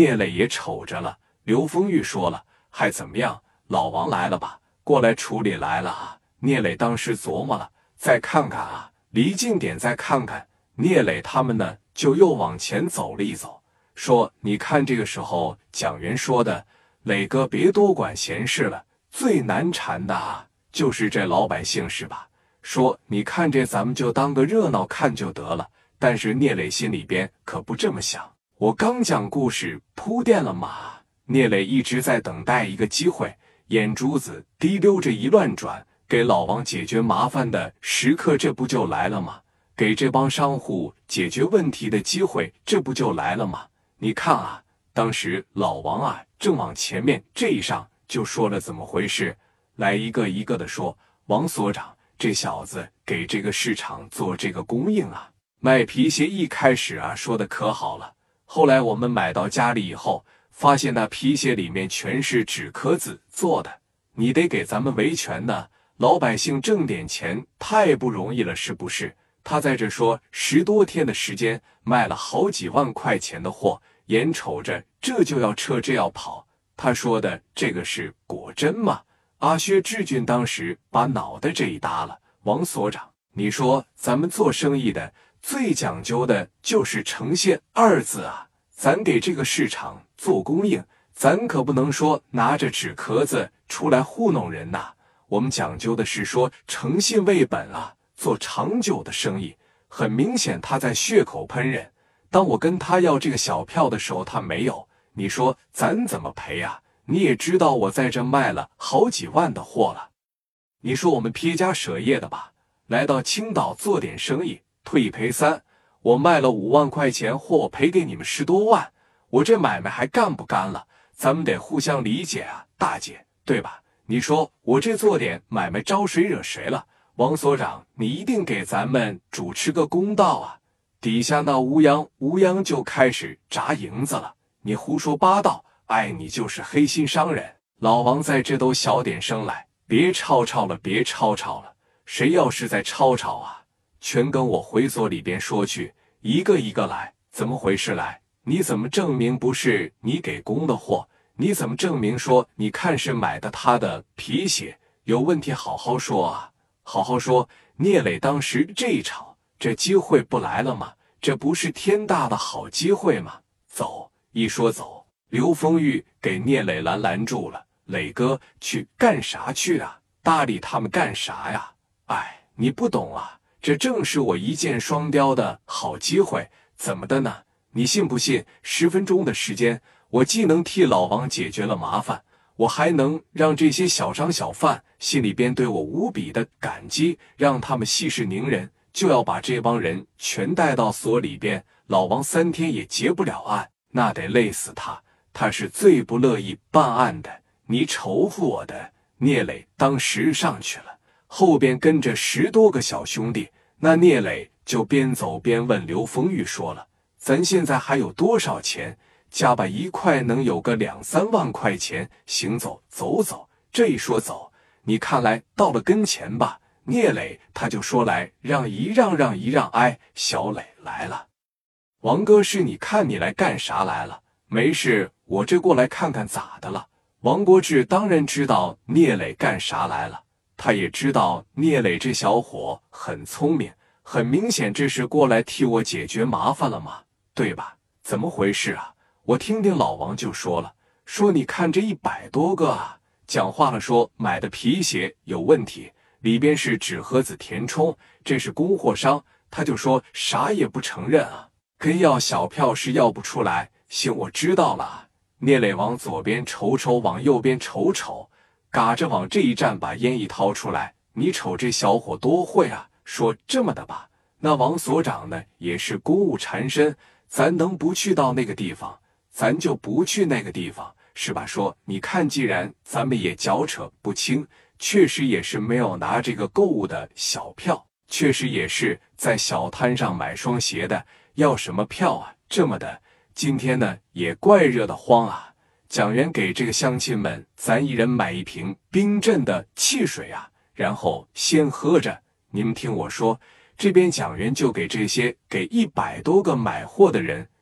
聂磊也瞅着了。刘丰玉说了：“还怎么样？老王来了吧？过来处理来了啊！”聂磊当时琢磨了，再看看啊，离近点再看看。聂磊他们呢，就又往前走了一走，说：“你看这个时候，蒋元说的，磊哥别多管闲事了，最难缠的啊，就是这老百姓是吧？说你看这咱们就当个热闹看就得了。”但是聂磊心里边可不这么想。我刚讲故事铺垫了嘛，聂磊一直在等待一个机会，眼珠子滴溜着一乱转，给老王解决麻烦的时刻，这不就来了吗？给这帮商户解决问题的机会，这不就来了吗？你看啊，当时老王啊正往前面这一上，就说了怎么回事，来一个一个的说：“王所长，这小子给这个市场做这个供应啊，卖皮鞋一开始啊说的可好了，后来我们买到家里以后，发现那皮鞋里面全是纸壳子做的，你得给咱们维权呢，老百姓挣点钱太不容易了，是不是？”他在这说10多天的时间卖了好几万块钱的货，眼瞅着这就要撤，这要跑。他说的这个是果真吗？阿薛志俊当时把脑袋这一耷了：“王所长，你说咱们做生意的最讲究的就是诚信2字啊，咱给这个市场做供应，咱可不能说拿着纸壳子出来糊弄人呐，我们讲究的是说诚信为本啊，做长久的生意。”很明显他在血口喷人，当我跟他要这个小票的时候他没有，你说咱怎么赔啊？你也知道我在这卖了好几万的货了，你说我们撇家舍业的吧，来到青岛做点生意，退1赔3，我卖了5万块钱货，我赔给你们10多万，我这买卖还干不干了？咱们得互相理解啊，大姐，对吧？你说我这做点买卖招谁惹谁了？王所长，你一定给咱们主持个公道啊！底下那吴央就开始砸银子了，你胡说八道，哎，你就是黑心商人！老王在这都小点声来，别吵吵了，别吵吵了，谁要是再吵吵啊，全跟我回所里边说去，一个一个来，怎么回事来？你怎么证明不是你给供的货？你怎么证明说你看是买的他的皮鞋？有问题好好说啊！好好说。聂磊当时这一吵，这机会不来了吗？这不是天大的好机会吗？走！一说走，刘丰玉给聂磊拦住了。磊哥，去干啥去啊？搭理他们干啥呀？哎，你不懂啊，这正是我一箭双雕的好机会。怎么的呢？你信不信10分钟的时间，我既能替老王解决了麻烦，我还能让这些小商小贩心里边对我无比的感激，让他们息事宁人，就要把这帮人全带到所里边，老王3天也结不了案，那得累死他，他是最不乐意办案的，你仇富我的。聂磊当时上去了，后边跟着10多个小兄弟，那聂磊就边走边问刘丰玉说了：“咱现在还有多少钱？加把一块能有个2、3万块钱，行走。这一说走，你看来到了跟前吧。”聂磊他就说来让一让，哎，小磊来了。王哥是你看你来干啥来了？没事，我这过来看看咋的了。王国志当然知道聂磊干啥来了，他也知道聂磊这小伙很聪明，很明显这是过来替我解决麻烦了嘛，对吧？怎么回事啊？我听老王就说了，说你看这100多个啊，讲话了说买的皮鞋有问题，里边是纸盒子填充，这是供货商，他就说啥也不承认啊，跟要小票是要不出来。行，我知道了。聂磊往左边瞅瞅，往右边瞅瞅，嘎着往这一站，把烟一掏出来，你瞅这小伙多会啊，说这么的吧，那王所长呢也是公务缠身，咱能不去到那个地方，咱就不去那个地方，是吧？说你看，既然咱们也搅扯不清，确实也是没有拿这个购物的小票，确实也是在小摊上买双鞋的，要什么票啊？这么的，今天呢也怪热得慌啊。蒋元给这个乡亲们，咱一人买1瓶冰镇的汽水啊，然后先喝着。你们听我说，这边蒋元就给这些给100多个买货的人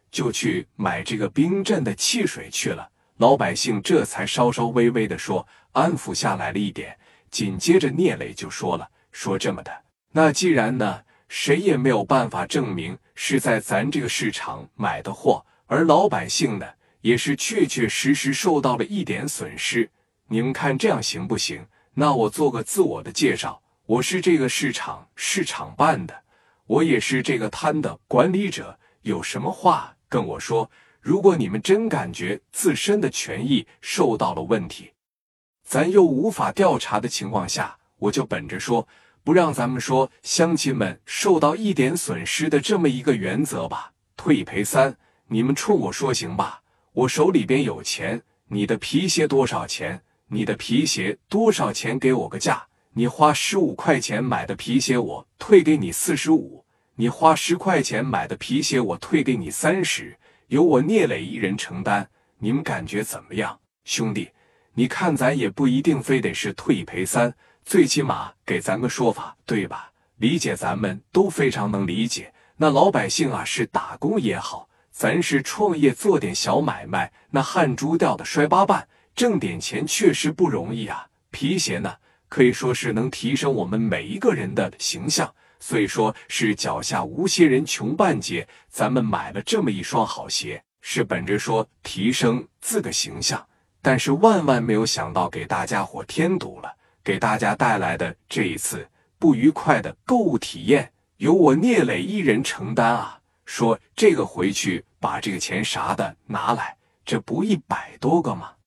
就去买这个冰镇的汽水去了。老百姓这才稍稍微微的说安抚下来了一点。紧接着聂磊就说了，说这么的，那既然呢，谁也没有办法证明是在咱这个市场买的货，而老百姓呢，也是确确实实受到了一点损失。你们看这样行不行？那我做个自我的介绍，我是这个市场办的，我也是这个摊的管理者，有什么话跟我说。如果你们真感觉自身的权益受到了问题，咱又无法调查的情况下，我就本着说不让咱们说乡亲们受到一点损失的这么一个原则吧，退赔3，你们冲我说行吧？我手里边有钱，你的皮鞋多少钱？你的皮鞋多少钱？给我个价。你花15块钱买的皮鞋，我退给你45；你花10块钱买的皮鞋，我退给你30，由我聂磊一人承担。你们感觉怎么样？兄弟，你看咱也不一定非得是退赔3，最起码给咱个说法，对吧？理解咱们都非常能理解。那老百姓啊，是打工也好，咱是创业做点小买卖，那汗珠掉的摔八瓣，挣点钱确实不容易啊。皮鞋呢，可以说是能提升我们每一个人的形象，所以说是脚下无鞋人穷半截，咱们买了这么一双好鞋，是本着说提升自个形象。但是万万没有想到给大家伙添堵了，给大家带来的这一次不愉快的购物体验由我聂磊一人承担啊。说这个回去把这个钱啥的拿来，这不100多个吗？